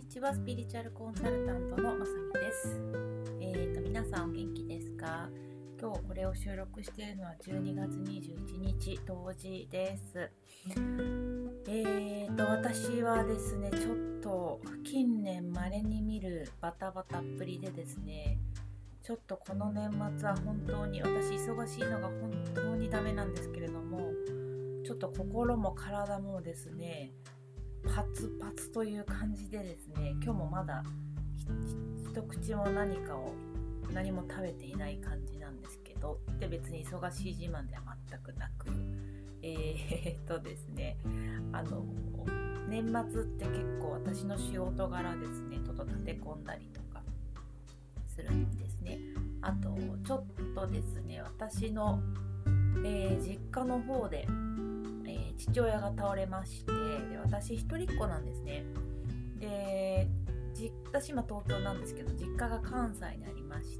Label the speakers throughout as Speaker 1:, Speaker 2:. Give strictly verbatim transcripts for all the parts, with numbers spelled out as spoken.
Speaker 1: ちは。スピリチュアルコンサルタントのまさみです。えーと皆さんお元気ですか？今日これを収録しているのはじゅうにがつにじゅういちにち冬至です。えーと私はですね、ちょっと近年稀に見るバタバタっぷりでですね、ちょっとこの年末は本当に私忙しいのが本当にダメなんですけれども、ちょっと心も体もですねパツパツという感じでですね、今日もまだ一口も何かを何も食べていない感じなんですけど、で別に忙しい自慢では全くなく、えー、っとですねあの年末って結構私の仕事柄ですねちょっと立て込んだりとかするんですね。あとちょっとですね私の、えー、実家の方でえー、父親が倒れまして、で私一人っ子なんですね。で私今東京なんですけど、実家が関西にありまして、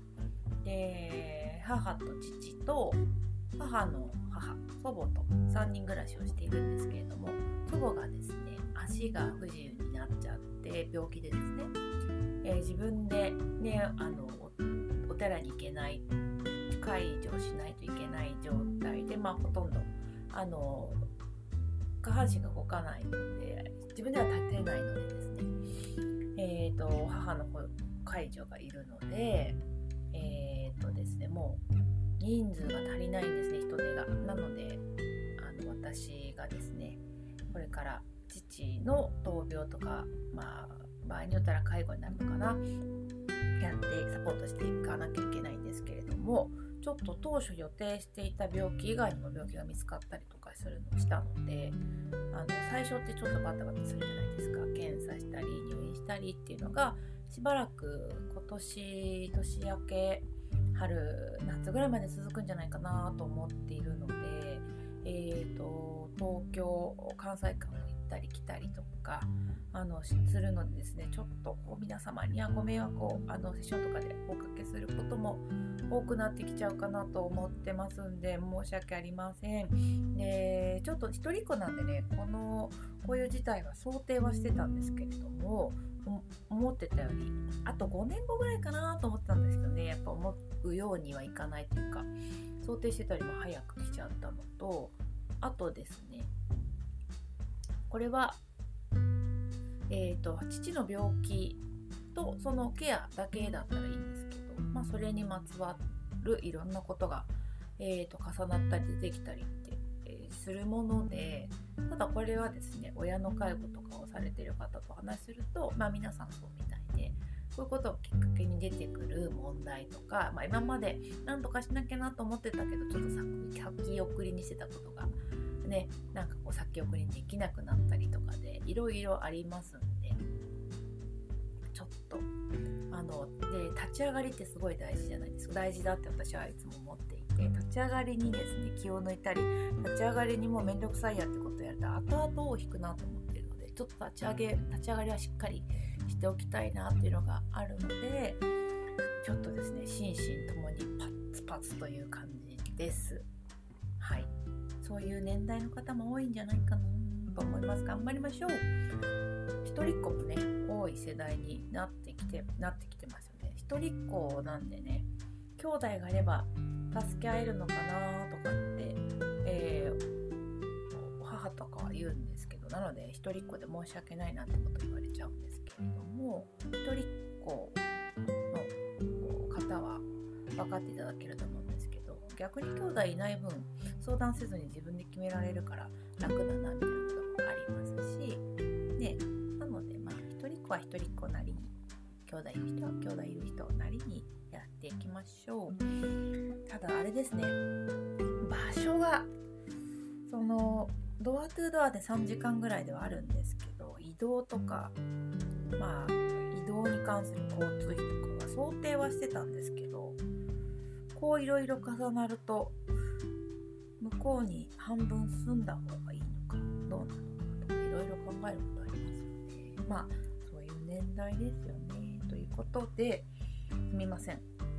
Speaker 1: で母と父と母の母祖母とさんにん暮らしをしているんですけれども、祖母がですね足が不自由になっちゃって病気でですね、えー、自分でねあの お, お寺に行けない、介助しないといけない状態で、まあほとんどあの下半身が動かないので自分では立てないのでですね、えーと母の介助がいるので、えーとですねもう人数が足りないんですね、人手が。なのであの私がですねこれから父の闘病とか、まあ場合によったら介護になるのかな、やってサポートしていかなきゃいけないんですけれども、ちょっと当初予定していた病気以外にも病気が見つかったりとかするのしたので、あの最初ってちょっとバタバタするじゃないですか。検査したり入院したりっていうのがしばらく今年年明け春夏ぐらいまで続くんじゃないかなと思っているので、えーと東京関西間を行ったり来たりとかあのするのでですね、ちょっとこう皆様にはご迷惑をあのセッションとかでおかけすることも多くなってきちゃうかなと思ってますんで、申し訳ありません。でちょっと一人っ子なんでね、このこういう事態は想定はしてたんですけれども、思ってたよりあとごねんごぐらいかなと思ってたんですけどね、やっぱ思うようにはいかないというか、想定してたよりも早く来ちゃったのと、あとですねこれはえーと父の病気とそのケアだけだったらいいんですけど、まあ、それにまつわるいろんなことが、えーと重なったり出てきたりって、えー、するもので、ただこれはですね親の介護とかをされている方とお話しすると、まあ、皆さんそうみたいで、こういうことをきっかけに出てくる問題とか、まあ、今まで何とかしなきゃなと思ってたけどちょっと先送りにしてたことがね、なんかこう先送りにできなくなったりとかでいろいろありますんで、ちょっとあので立ち上がりってすごい大事じゃないですか。大事だって私はいつも思っていて、立ち上がりにですね気を抜いたり、立ち上がりにもうめんどくさいやってことをやると後々を引くなと思っているので、ちょっと立ち上げ立ち上がりはしっかりしておきたいなっていうのがあるので、ちょっとですね心身ともにパッツパツという感じです。はい、そういう年代の方も多いんじゃないかなと思います。頑張りましょう。一人っ子もね多い世代になってきてなってきてますよね。一人っ子なんでね、兄弟があれば助け合えるのかなとかって、えー、母とかは言うんですけど、なので一人っ子で申し訳ないなんてこと言われちゃうんですけれども、一人っ子の方は分かっていただけると思うんですけど、逆に兄弟いない分相談せずに自分で決められるから楽だなみたいなこともありますしね。なのでまあ一人っ子は一人っ子なりに、兄弟いる人は兄弟いる人なりにやっていきましょう。ただあれですね、場所がそのドアトゥドアでさんじかんぐらいではあるんですけど、移動とかまあ移動に関する交通費とかは想定はしてたんですけど、こういろいろ重なると向こうに半分住んだ方がいいのかどうなのかとかいろいろ考えることありますよね。まあそういう年代ですよね。ということですみません、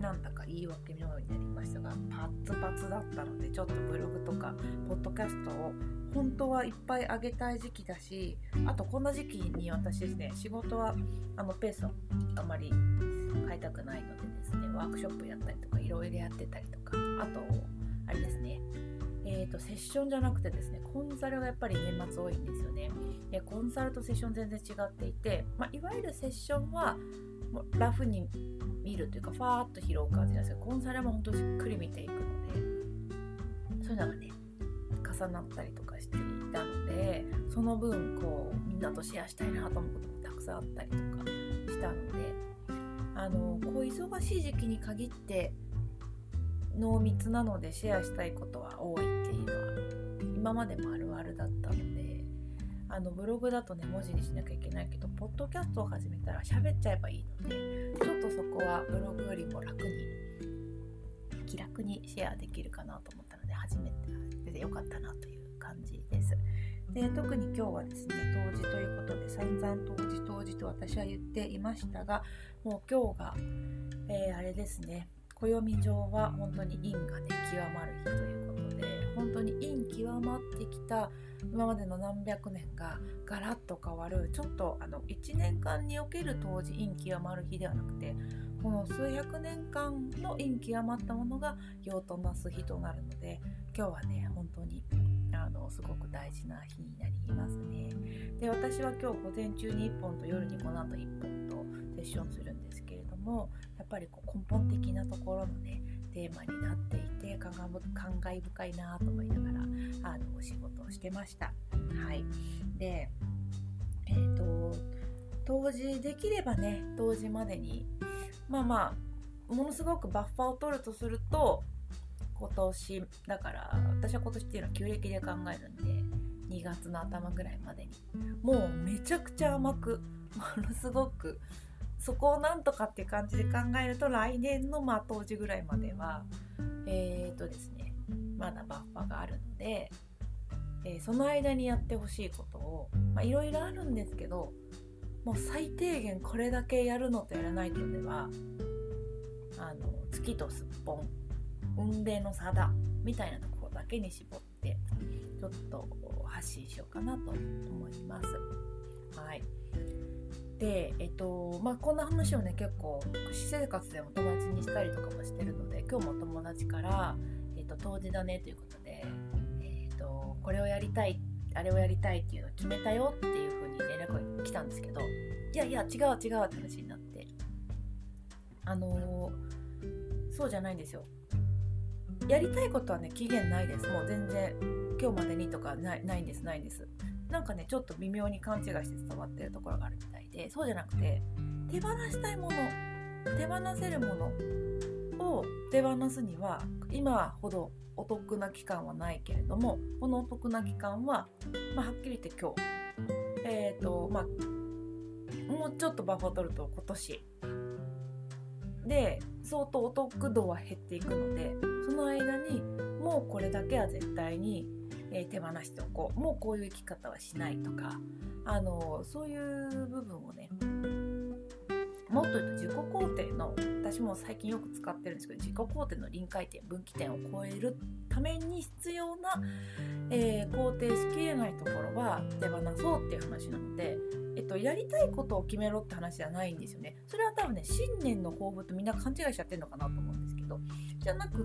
Speaker 1: なんだか言い訳のようになりましたが、パツパツだったので、ちょっとブログとかポッドキャストを本当はいっぱい上げたい時期だし、あとこんな時期に私ですね、仕事はあのペースをあまり変えたくないのでですね、ワークショップやったりとかいろいろやってたりとか、あとあれですね、えーとセッションじゃなくてですね、コンサルがやっぱり年末多いんですよね。でコンサルとセッション全然違っていて、まあ、いわゆるセッションはもうラフに見るというかファーッと拾う感じなんですけど、コンサルはもう本当にじっくり見ていくので、そういうのがね重なったりとかしていたので、その分こうみんなとシェアしたいなと思うこともたくさんあったりとかしたので、あのこう忙しい時期に限って濃密なのでシェアしたいことは多いっていうのは今までもあるあるだったので、あのブログだとね文字にしなきゃいけないけど、ポッドキャストを始めたら喋っちゃえばいいので、ちょっとそこはブログよりも楽に気楽にシェアできるかなと思ったので、始めてよかったなという感じです。で特に今日はですね、冬至ということで散々冬至冬至と私は言っていましたが、もう今日が、えー、あれですね、暦上は本当に陰がね極まる日ということで、本当に陰極まってきた今までの何百年がガラッと変わる、ちょっとあのいちねんかんにおける冬至陰極まる日ではなくて、この数百年間の陰極まったものが陽となす日となるので、今日はね本当にあのすごく大事な日になりますね。で私は今日午前中にいっぽんと夜にこの後いっぽんとセッションするんですけれども、やっぱりこう根本的なところのねテーマになっていて感慨深いなと思いながらあのお仕事をしてました。はい。でえっ、ー、と冬至できればね、冬至までにまあまあものすごくバッファーを取るとすると、今年だから私は今年っていうのは旧暦で考えるんでにがつの頭ぐらいまでにもうめちゃくちゃ甘く、ものすごくそこをなんとかっていう感じで考えると、来年のまあ冬至ぐらいまではえーとですねまだバッファがあるので、えー、その間にやってほしいことをいろいろあるんですけど、もう最低限これだけやるのとやらないとではあの月とすっぽん運命の差だみたいなところだけに絞ってちょっと発信しようかなと思います。はい。で、えっとまあ、こんな話をね結構私生活でも友達にしたりとかもしてるので、今日も友達から、えっと、冬至だねということで、えっと、これをやりたいあれをやりたいっていうのを決めたよっていう風に連絡が来たんですけど、いやいや違う違うって話になって、あのー、そうじゃないんですよ。やりたいことはね期限ないです。もう全然今日までにとかない、ないんですないんです。なんかねちょっと微妙に勘違いして伝わってるところがあるみたいで、そうじゃなくて手放したいもの、手放せるものを手放すには今ほどお得な期間はないけれども、このお得な期間は、まあ、はっきり言って今日えーとまあもうちょっとバッファー取ると今年で相当お得度は減っていくので、その間にもうこれだけは絶対に、えー、手放しておこう、もうこういう生き方はしないとか、あのそういう部分をね、もっと言うと自己肯定の、私も最近よく使ってるんですけど、自己肯定の臨界点、分岐点を超えるために必要な、えー、肯定しきれないところは手放そうっていう話なので、えっと、やりたいことを決めろって話じゃないんですよね。それは多分ね、新年の抱負とみんな勘違いしちゃってるのかなと思うんですけど、じゃなくって、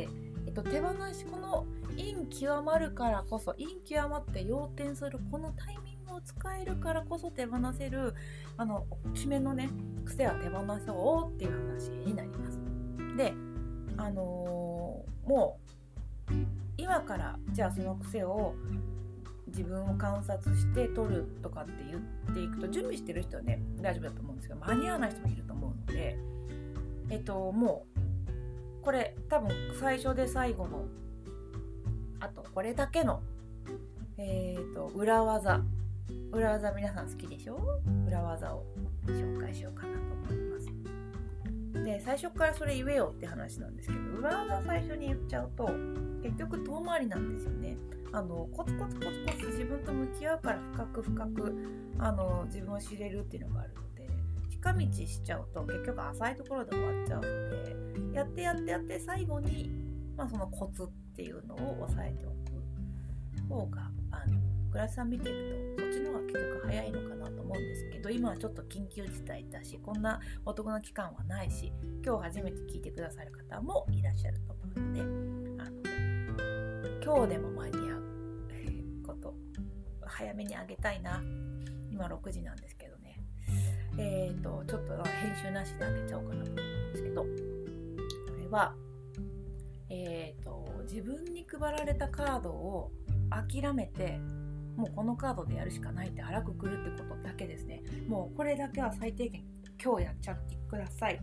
Speaker 1: えっと、手放し、この陰極まるからこそ、陰極まって陽転するこのタイミングを使えるからこそ手放せる、あの決めのね癖は手放そうっていう話になります。で、あのー、もう今からじゃあその癖を自分を観察して取るとかって言っていくと、準備してる人はね大丈夫だと思うんですけど、間に合わない人もいると思うので、えっともうこれ多分最初で最後の、あとこれだけのえっと裏技裏技、皆さん好きでしょ？裏技を紹介しようかなと思います。で、最初からそれ言えよって話なんですけど、裏技最初に言っちゃうと結局遠回りなんですよね。あのコツコツコツコツ自分と向き合うから深く深くあの自分を知れるっていうのがあるので、比近道しちゃうと結局浅いところで終わっちゃうので、やってやってやって最後に、まあ、そのコツっていうのを押さえておく方があのグラスさん見てるとそっちの方が結局早いのかなと思うんですけど、今はちょっと緊急事態だし、こんなお得な期間はないし、今日初めて聞いてくださる方もいらっしゃると思うので、あの今日でも間に合うこと早めにあげたいな。今ろくじなんですけどね、えーとちょっと編集なしであげちゃおうかなと思うんですけど、これはえーと自分に配られたカードを諦めて、もうこのカードでやるしかないって腹くくるってことだけですね。もうこれだけは最低限今日やっちゃってください。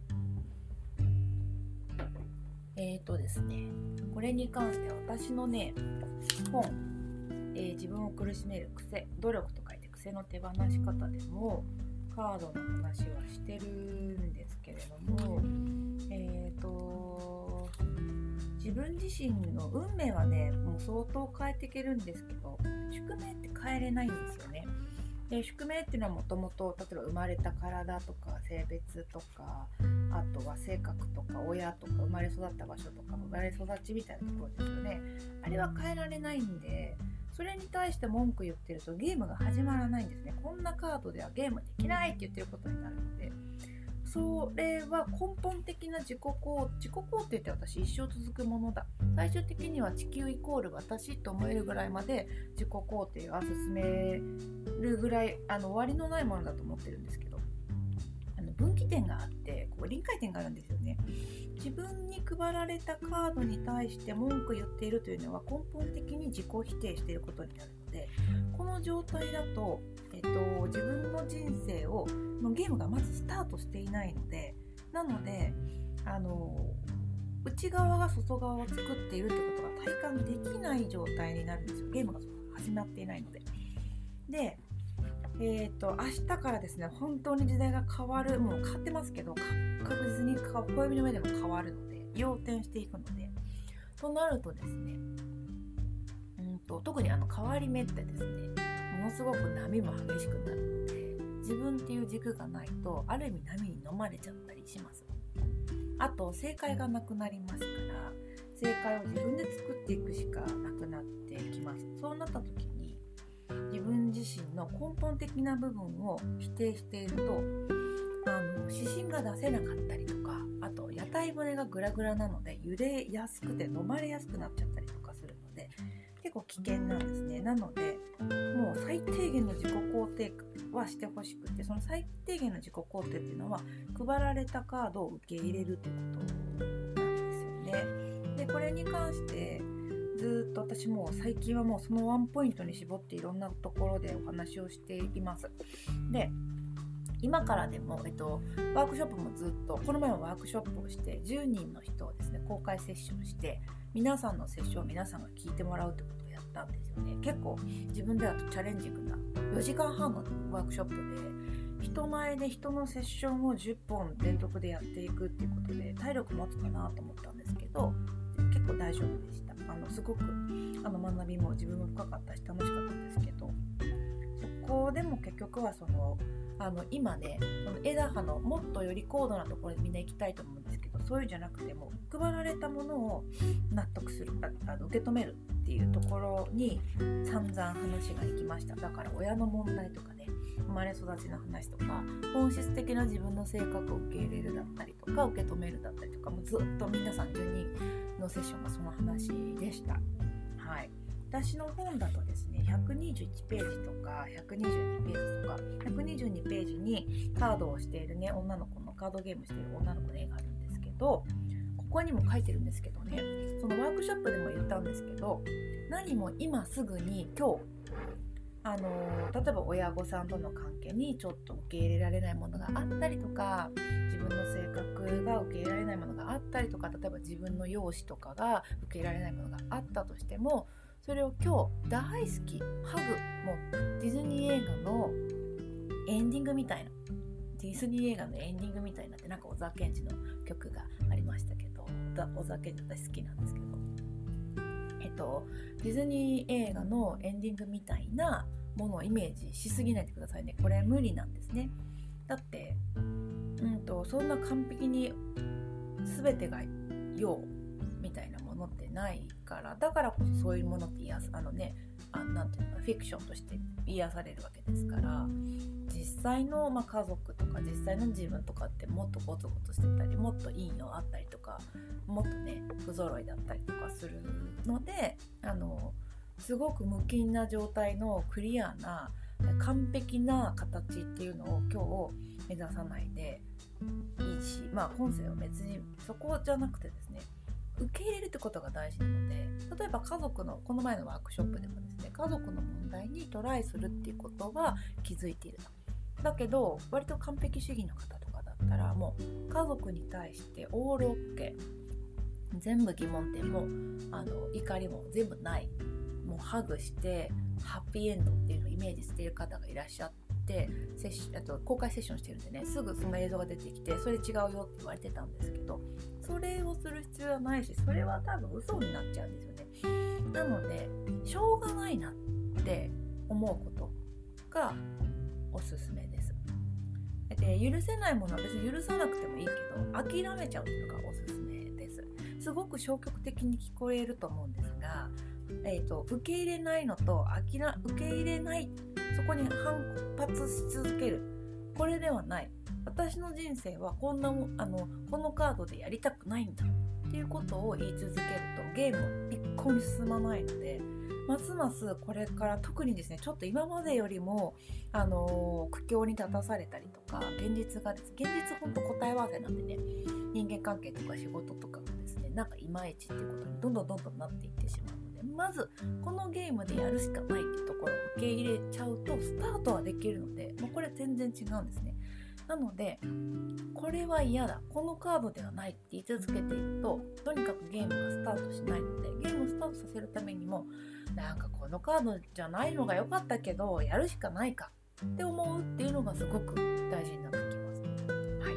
Speaker 1: えーとですねこれに関しては私のね本、えー、自分を苦しめる癖、努力と書いて癖の手放し方でもカードの話はしてるんですけれども、えーと自分自身の運命はねもう相当変えていけるんですけど、宿命って変えれないんですよね。で宿命っていうのはもともと例えば生まれた体とか性別とか、あとは性格とか親とか生まれ育った場所とか生まれ育ちみたいなところですよね。あれは変えられないんで、それに対して文句言ってるとゲームが始まらないんですね。こんなカードではゲームできないって言ってることになるので、それは根本的な自己肯自己肯定って私一生続くものだ、最終的には地球イコール私と思えるぐらいまで自己肯定は進めるぐらいあの終わりのないものだと思ってるんですけど、あの分岐点があってこう臨界点があるんですよね。自分に配られたカードに対して文句言っているというのは根本的に自己否定していることになるので、この状態だと、えっと、自分の人生をのゲームがまずスタートしていないので、なのであの内側が外側を作っているってことが体感できない状態になるんですよ。ゲームが始まっていないので。で、えーと、明日からですね、本当に時代が変わる、もう変わってますけど、確実に暦の目でも変わるので、要点していくので、となるとですね、うんと特にあの変わり目ってですね、ものすごく波も激しくなるので、自分っていう軸がないとある意味波に飲まれちゃったりします。あと正解がなくなりますから、正解を自分で作っていくしかなくなってきます。そうなった時に自分自身の根本的な部分を否定していると、あの指針が出せなかったりとか、あと屋台骨がグラグラなので揺れやすくて飲まれやすくなっちゃったりとかするので、結構危険なんですね。なのでもう最低限の自己肯定はしてほしくて、その最低限の自己肯定っていうのは配られたカードを受け入れるということなんですよね。でこれに関してずっと私も最近はもうそのワンポイントに絞っていろんなところでお話をしています。で今からでも、えっと、ワークショップもずっとこの前もワークショップをしてじゅうにんの人をですね公開セッションして皆さんのセッションを皆さんが聞いてもらうってことをやったんですよね。結構自分ではチャレンジングなよじかんはんのワークショップで人前で人のセッションをじゅっぽん連続でやっていくっていうことで体力持つかなと思ったんですけど、結構大丈夫でした。あのすごくあの学びも自分も深かったし楽しかったんですけど、そこでも結局はそのあの今ねその枝葉のもっとより高度なところにみんな行きたいと思うんですけど、そういうんじゃなくても配られたものを納得する、あの受け止めるっていうところに散々話がいきました。だから親の問題とかね、生まれ育ちの話とか本質的な自分の性格を受け入れるだったりとか受け止めるだったりとか、もうずっと皆さんじゅうにんのセッションがその話でした。はい、私の本だとですねひゃくにじゅういちページとかひゃくにじゅうにページとかひゃくにじゅうにページにカードをしているね女の子のカードゲームしている女の子の絵があるんですけど、ここにも書いてるんですけどね、そのワークショップでも言ったんですけど、何も今すぐに今日あの例えば親御さんとの関係にちょっと受け入れられないものがあったりとか、自分の性格が受け入れられないものがあったりとか、例えば自分の容姿とかが受け入れられないものがあったとしても、それを今日大好きハグ、もうディズニー映画のエンディングみたいな、ディズニー映画のエンディングみたいなってなんか小沢健二の曲がありましたけど、小沢健二私好きなんですけど、えっとディズニー映画のエンディングみたいなものをイメージしすぎないでくださいね。これ無理なんですね。だってと、そんな完璧に全てが陽みたいなものってないから、だからこそそういうものって癒すあのねあなんていうのかフィクションとして癒されるわけですから、実際の、まあ、家族とか実際の自分とかってもっとゴツゴツしてたり、もっと陰陽あったりとか、もっとね不揃いだったりとかするので、あのすごく無菌な状態のクリアな完璧な形っていうのを今日目指さないでいいし、まあ本性は別にそこじゃなくてですね、受け入れるってことが大事なので、例えば家族のこの前のワークショップでもですね、家族の問題にトライするっていうことは気づいていると。だけど割と完璧主義の方とかだったら、もう家族に対してオールオッケー、全部疑問点もあの怒りも全部ない、もうハグしてハッピーエンドっていうのをイメージしている方がいらっしゃって、セッシあと公開セッションしてるんでね、すぐその映像が出てきて、それ違うよって言われてたんですけど、それをする必要はないし、それは多分嘘になっちゃうんですよね。なのでしょうがないなって思うことがおすすめです。で、許せないものは別に許さなくてもいいけど諦めちゃうっていうのがおすすめです。すごく消極的に聞こえると思うんですが、えーと、受け入れないのと諦受け入れない、そこに反発し続ける、これではない。私の人生はこんなもあのこのカードでやりたくないんだっていうことを言い続けるとゲーム一向に進まないので、ますますこれから特にですね、ちょっと今までよりもあの苦境に立たされたりとか、現実がです現実本当答え合わせなんでね、人間関係とか仕事とかがですね、なんかいまいちっていうことにどんどんどんどんなっていってしまうので、まずこのゲームでやるしかないっていうところを受け入れちゃうとスタートはできるので、もうこれ全然違うんですね。なのでこれは嫌だ、このカードではないって言い続けていると、とにかくゲームがスタートしないので、ゲームをスタートさせるためにも、なんかこのカードじゃないのが良かったけどやるしかないかって思うっていうのがすごく大事になってきます。はい。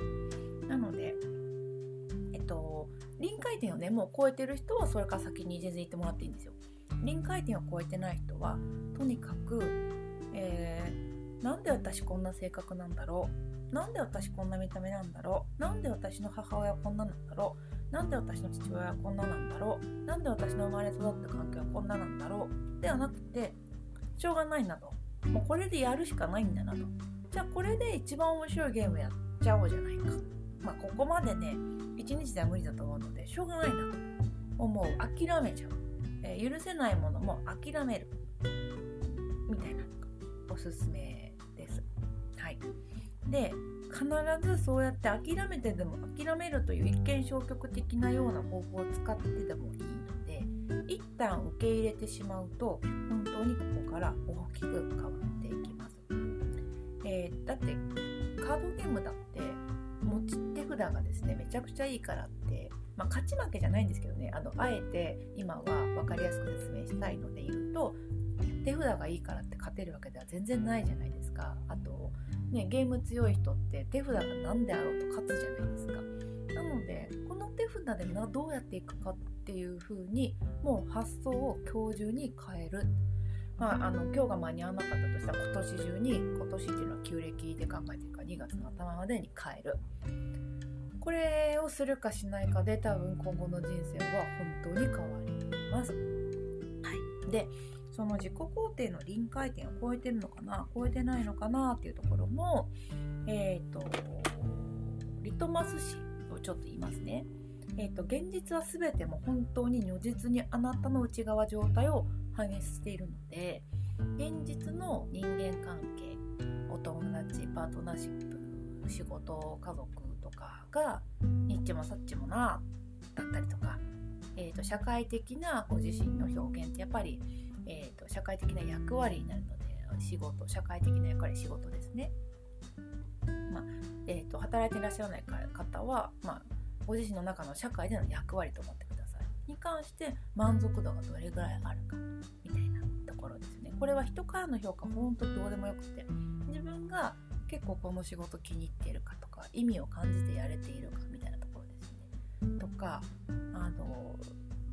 Speaker 1: なのでえっと臨界点をねもう超えてる人はそれから先に全然行ってもらっていいんですよ。臨界点を超えてない人はとにかく、えー、なんで私こんな性格なんだろう、なんで私こんな見た目なんだろう、なんで私の母親はこんななんだろう、なんで私の父親はこんななんだろう、なんで私の生まれ育った環境はこんななんだろうではなくて、しょうがないなと、もうこれでやるしかないんだなと、じゃあこれで一番面白いゲームやっちゃおうじゃないか、まあここまでねいちにちでは無理だと思うのでしょうがないなと思う、諦めちゃう、えー、許せないものも諦めるみたいなのがおすすめです。はい。で、必ずそうやって諦めてでも諦めるという一見消極的なような方法を使ってでもいいので、一旦受け入れてしまうと本当にここから大きく変わっていきます。えー、だってカードゲームだって持ち手札がですねめちゃくちゃいいからって、まあ、勝ち負けじゃないんですけどね、あのあえて今は分かりやすく説明したいので言うと、手札がいいからって勝てるわけでは全然ないじゃないですか。あとね、ゲーム強い人って手札が何であろうと勝つじゃないですか。なのでこの手札でなどうやっていくかっていう風にもう発想を今日中に変える。まあ、あの今日が間に合わなかったとしたら今年中に、今年っていうのは旧暦で考えてるからにがつの頭までに変える。これをするかしないかで多分今後の人生は本当に変わります。はい。でその自己肯定の臨界点を超えてるのかな超えてないのかなっていうところも、えーとリトマス紙をちょっと言いますね。えーと現実は全ても本当に如実にあなたの内側状態を反映しているので、現実の人間関係、お友達、パートナーシップ、仕事、家族とかがニッチもサッチもなだったりとか、えーと社会的なご自身の表現ってやっぱりえー、と社会的な役割になるので、仕事、社会的な役割、仕事ですね。まあえー、と働いていらっしゃらない方は、まあ、ご自身の中の社会での役割と思ってください。に関して満足度がどれぐらいあるかみたいなところですね。これは人からの評価本当どうでもよくて、自分が結構この仕事気に入っているかとか、意味を感じてやれているかみたいなところですね。とか、あの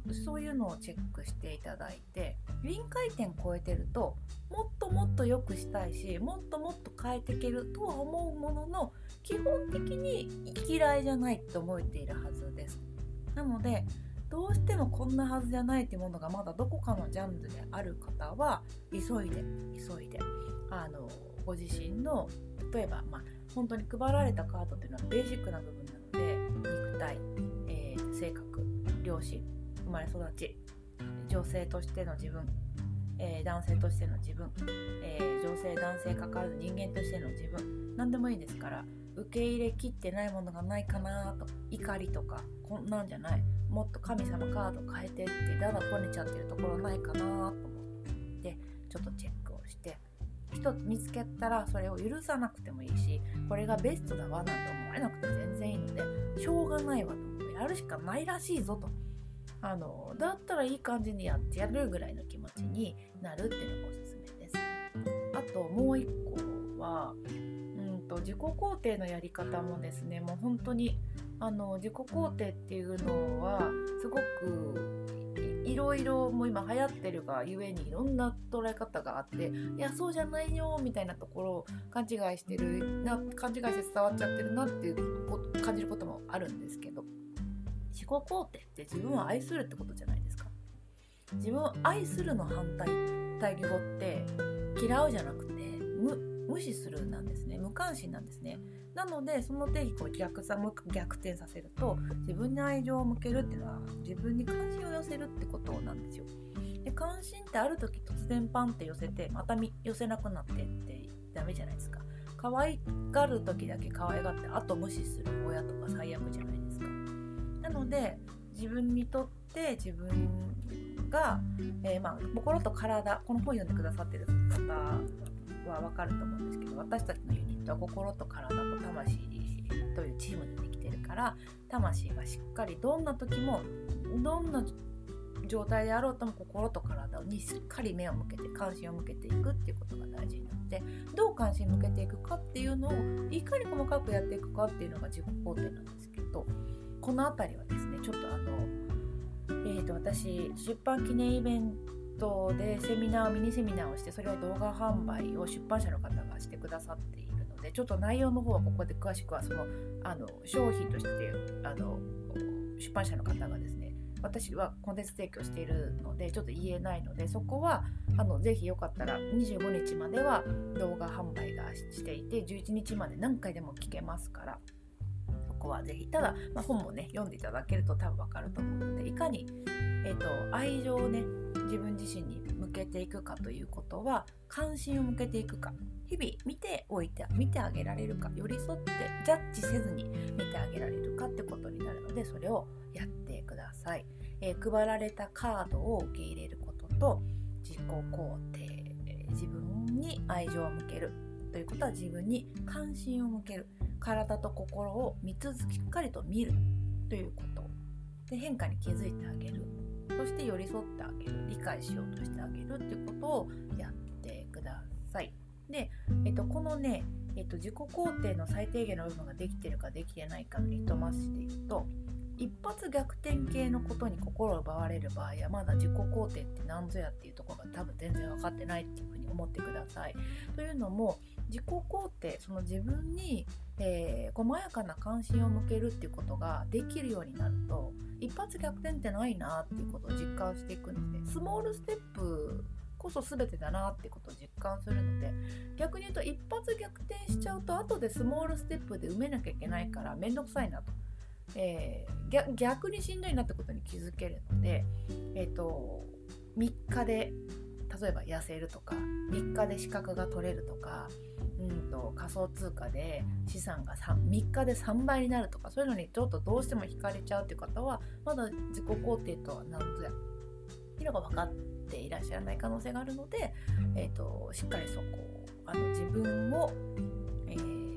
Speaker 1: そういうのをチェックしていただいて、臨界点超えてるともっともっと良くしたいし、もっともっと変えていけるとは思うものの、基本的に嫌いじゃないと思えているはずです。なのでどうしてもこんなはずじゃないっていうものがまだどこかのジャンルである方は、急いで急いであのご自身の、例えば、まあ、本当に配られたカードっていうのはベーシックな部分なので、肉体、えー、性格、両親、生まれ育ち、女性としての自分、えー、男性としての自分、えー、女性男性関わらず人間としての自分、何でもいいですから、受け入れきってないものがないかなと、怒りとかこんなんじゃない、もっと神様カード変えてってだだこねちゃってるところないかなと思ってちょっとチェックをして、一つ見つけたらそれを許さなくてもいいし、これがベストだわなんて思えなくて全然いいので、しょうがないわと思って、やるしかないらしいぞと、あのだったらいい感じにやってやるぐらいの気持ちになるっていうのがおすすめです。あともう一個は、うんと自己肯定のやり方もですね、もう本当にあの自己肯定っていうのはすごくいろいろ、もう今流行ってるがゆえにいろんな捉え方があって、いやそうじゃないよみたいなところを勘違いしてるな、勘違いして伝わっちゃってるなっていうこと感じることもあるんですけど、自己肯定って自分を愛するってことじゃないですか。自分を愛するの反対対義語って嫌うじゃなくて 無, 無視するなんですね。無関心なんですね。なのでその定義を 逆, 逆転させると、自分に愛情を向けるっていうのは自分に関心を寄せるってことなんですよ。で、関心ってある時突然パンって寄せてまた寄せなくなってってダメじゃないですか。可愛がる時だけ可愛がって、あと無視する親とか最悪じゃないですか。なので自分にとって自分が、えーまあ、心と体、この本読んでくださってる方は分かると思うんですけど、私たちのユニットは心と体と魂というチームでできてるから、魂がしっかりどんな時もどんな状態であろうとも心と体にしっかり目を向けて関心を向けていくっていうことが大事になって、どう関心向けていくかっていうのをいかに細かくやっていくかっていうのが自己肯定なんですけど、このあたりはですね、ちょっとあの、えーと、私出版記念イベントでセミナーミニセミナーをして、それを動画販売を出版社の方がしてくださっているので、ちょっと内容の方はここで詳しくはそのあの商品としてあの出版社の方がですね、私はコンテンツ提供しているのでちょっと言えないので、そこはあのぜひよかったらにじゅうごにちまでは動画販売がしていて、じゅういちにちまで何回でも聞けますから、そこはぜひ。ただ、まあ、本もね読んでいただけると多分わかると思うので、いかに、えーと、愛情をね自分自身に向けていくかということは、関心を向けていくか、日々見ておいて見てあげられるか、寄り添ってジャッジせずに見てあげられるかってことになるので、それをやってください。えー、配られたカードを受け入れることと、自己肯定、えー、自分に愛情を向けるということは、自分に関心を向ける、体と心をみっつずつしっかりと見るということで、変化に気づいてあげる、そして寄り添ってあげる、理解しようとしてあげるっていうことをやってください。で、えっと、このね、えっと、自己肯定の最低限の部分ができているかできてないかのリトマスで言うと、一発逆転系のことに心を奪われる場合は、まだ自己肯定って何ぞやっていうところが多分全然分かってないっていうふうに思ってください。というのも、自己肯定、その自分に、えー、細やかな関心を向けるっていうことができるようになると、一発逆転ってないなっていうことを実感していくんですね。スモールステップこそ全てだなってことを実感するので、逆に言うと一発逆転しちゃうと後でスモールステップで埋めなきゃいけないからめんどくさいなと、えー、逆, 逆にしんどいなってことに気づけるので、えーと、みっかで例えば痩せるとか、みっかで資格が取れるとか、うんと仮想通貨で資産がみっかでさんばいになるとか、そういうのにちょっとどうしても惹かれちゃうっていう方は、まだ自己肯定とは何ぞやっていうのが分かっていらっしゃらない可能性があるので、えーと、しっかりそこあの自分を、えー、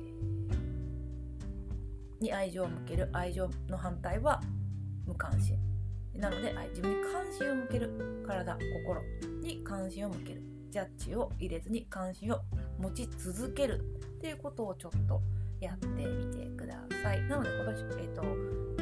Speaker 1: に愛情を向ける。愛情の反対は無関心なので、自分に関心を向ける、体、心に関心を向ける、ジャッジを入れずに関心を持ち続けるっていうことをちょっとやってみてください。なので今年、えーと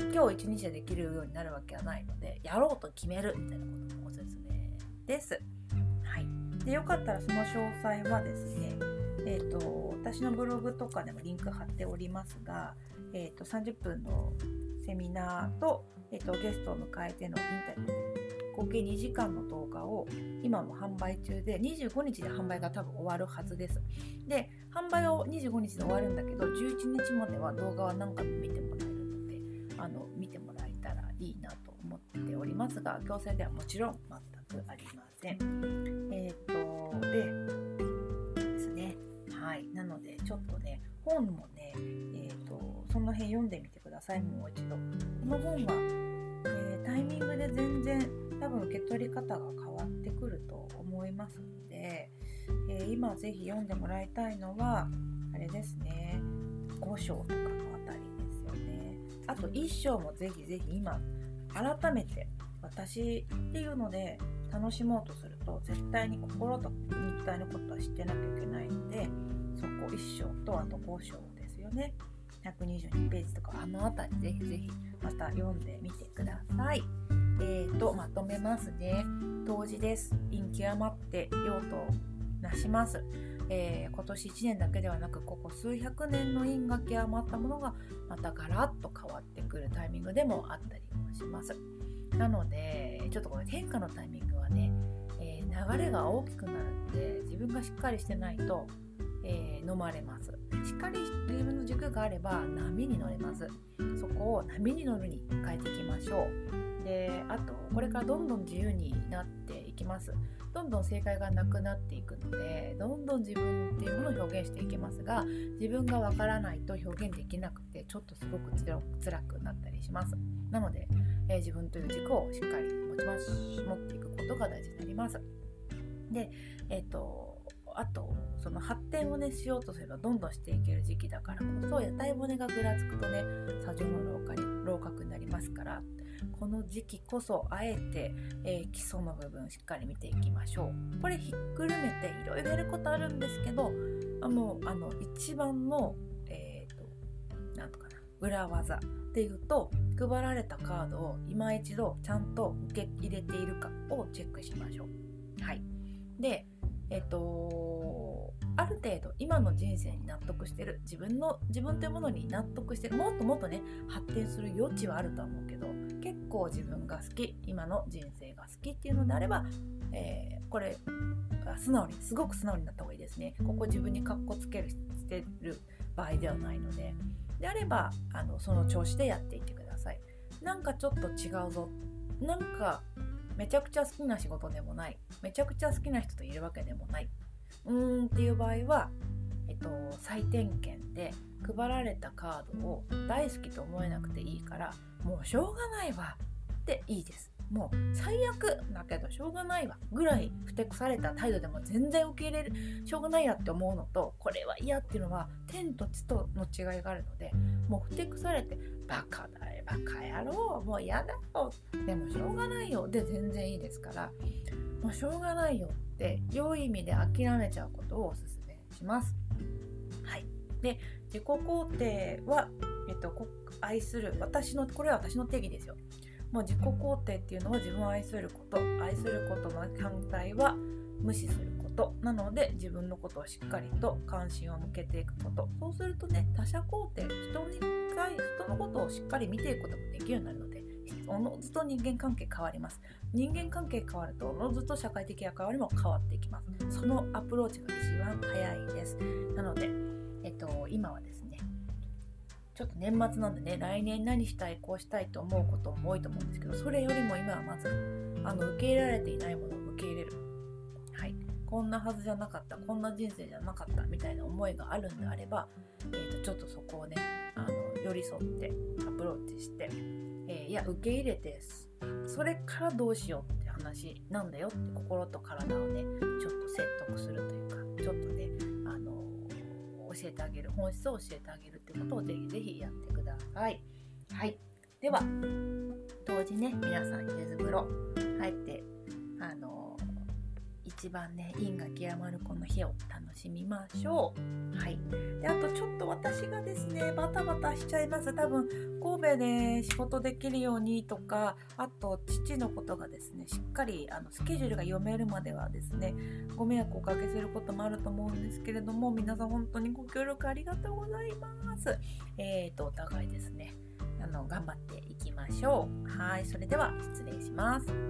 Speaker 1: 今日一日でできるようになるわけはないので、やろうと決めるみたいなこともおすすめです。はい。で、よかったらその詳細はですね、えーと、私のブログとかでもリンク貼っておりますが、えーと、さんじゅっぷんのセミナーと、えーと、ゲストを迎えてのインタビュー、合計にじかんの動画を今も販売中で、にじゅうごにちで販売が多分終わるはずです。で、販売はにじゅうごにちで終わるんだけど、じゅういちにちまでは動画は何回も見てもらえるので、あの見てもらえたらいいなと思っておりますが、強制ではもちろん全くありません。えっとでですね、はい、なのでちょっとね、本もね、えっとその辺読んでみてください。もう一度。この本は、えー、タイミングで全然多分受け取り方が変わってくると思いますので、えー、今ぜひ読んでもらいたいのはあれですね、ご章とかのあたりですよね。あといっ章もぜひぜひ今改めて私っていうので楽しもうとすると絶対に心と肉体のことは知ってなきゃいけないので、そこいっ章とあとご章ですよね。ひゃくにじゅうにページとかあのあたりぜひぜひまた読んでみてください。えーとまとめますね。冬至です。陰極まって陽となします。えー、今年いちねんだけではなくここ数百年の陰が極まったものがまたガラッと変わってくるタイミングでもあったりもします。なのでちょっとこれ変化のタイミングはね、えー、流れが大きくなるので自分がしっかりしてないと、えー、飲まれます。しっかり自分の軸があれば波に乗れます。そこを波に乗るに変えていきましょう。で、あとこれからどんどん自由になっていきます。どんどん正解がなくなっていくので、どんどん自分っていうものを表現していきますが、自分がわからないと表現できなくてちょっとすごくつらくなったりします。なので、えー、自分という軸をしっかり持ちまし持っていくことが大事になります。で、えっとあとその発展をねしようとすればどんどんしていける時期だからこそ、屋台骨がぐらつくとね砂上の老化に老角になりますから、この時期こそあえて、えー、基礎の部分しっかり見ていきましょう。これひっくるめていろいろやることあるんですけど、あもうあの一番のえっとなんとかな裏技っていうと、配られたカードを今一度ちゃんと受け入れているかをチェックしましょう。はい。でえっと、ある程度今の人生に納得してる、自分の自分というものに納得してる、もっともっとね発展する余地はあるとは思うけど、結構自分が好き、今の人生が好きっていうのであれば、えー、これ素直にすごく素直になった方がいいですね。ここ自分にカッコつけるしてる場合ではないので、であればあのその調子でやっていってください。なんかちょっと違うぞ、なんかめちゃくちゃ好きな仕事でもない、めちゃくちゃ好きな人といるわけでもない、うーんっていう場合は、えっと、再点検で配られたカードを大好きと思えなくていいから、もうしょうがないわっていいです。もう最悪だけどしょうがないわぐらいふてくされた態度でも全然受け入れる、しょうがないやって思うのとこれは嫌っていうのは天と地との違いがあるので、もうふてくされてバカだよバカ野郎もう嫌だよでもしょうがないよで全然いいですから、もうしょうがないよって良い意味で諦めちゃうことをおすすめします。はい。で、自己肯定は、えっと、愛する、私のこれは私の定義ですよ。もう自己肯定っていうのは自分を愛すること、愛することの反対は無視することなので、自分のことをしっかりと関心を向けていくこと。そうするとね、他者肯定、人に人のことをしっかり見ていくこともできるようになるので、おのずと人間関係変わります。人間関係変わるとおのずと社会的役割も変わっていきます。そのアプローチが一番早いです。なので、えっと、今はですね、ちょっと年末なんでね、来年何したいこうしたいと思うことも多いと思うんですけど、それよりも今はまずあの受け入れられていないものを受け入れる。はい、こんなはずじゃなかった、こんな人生じゃなかったみたいな思いがあるんであれば、えー、とちょっとそこをねあの寄り添ってアプローチして、えー、いや受け入れてそれからどうしようって話なんだよって、心と体をねちょっと説得するというか、ちょっとねあの教えてあげる、本質を教えてあげるってことをぜひぜひやってください。はい。では同時ね、皆さん柚子風呂入ってあの一番ね陰が極まるこの日を楽しみましょう。はい。であとちょっと私がですねバタバタしちゃいます。多分神戸で仕事できるようにとか、あと父のことがですねしっかりあのスケジュールが読めるまではですねご迷惑をおかけすることもあると思うんですけれども、皆さん本当にご協力ありがとうございます。えーとお互いですねあの頑張っていきましょう。はい、それでは失礼します。